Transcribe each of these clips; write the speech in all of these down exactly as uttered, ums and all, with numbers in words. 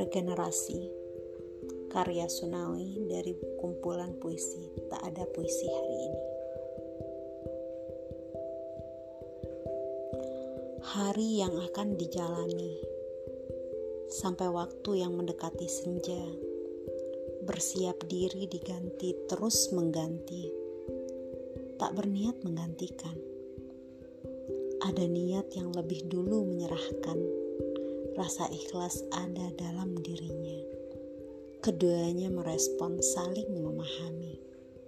Regenerasi, karya Sunawi dari kumpulan puisi Tak Ada Puisi Hari Ini. Hari yang akan dijalani sampai waktu yang mendekati senja, bersiap diri diganti terus mengganti, tak berniat menggantikan. Ada niat yang lebih dulu menyerahkan, rasa ikhlas ada dalam dirinya. Keduanya merespon saling memahami.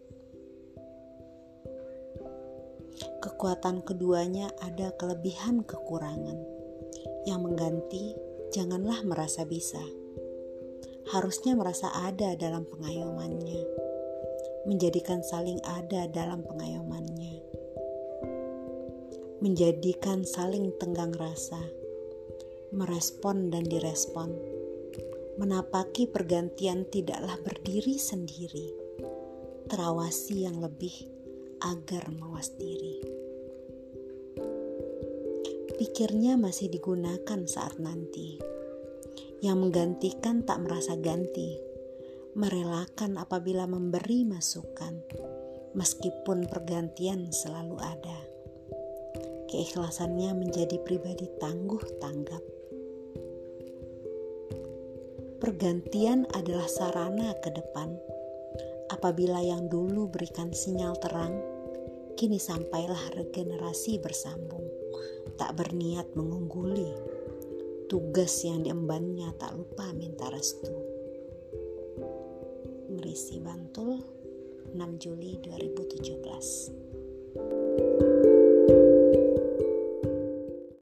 Kekuatan keduanya ada kelebihan kekurangan. Yang mengganti, janganlah merasa bisa. Harusnya merasa ada dalam pengayomannya. Menjadikan saling ada dalam pengayomannya. Menjadikan saling tenggang rasa. Merespon dan direspon. Menapaki pergantian tidaklah berdiri sendiri. Terawasi yang lebih agar mawas diri. Pikirnya masih digunakan saat nanti. Yang menggantikan tak merasa ganti. Merelakan apabila memberi masukan. Meskipun pergantian selalu ada. Keikhlasannya menjadi pribadi tangguh tanggap. Pergantian adalah sarana ke depan. Apabila yang dulu berikan sinyal terang, kini sampailah regenerasi bersambung. Tak berniat mengungguli. Tugas yang diembannya tak lupa minta restu. Merisi Bantul, enam Juli dua ribu tujuh belas.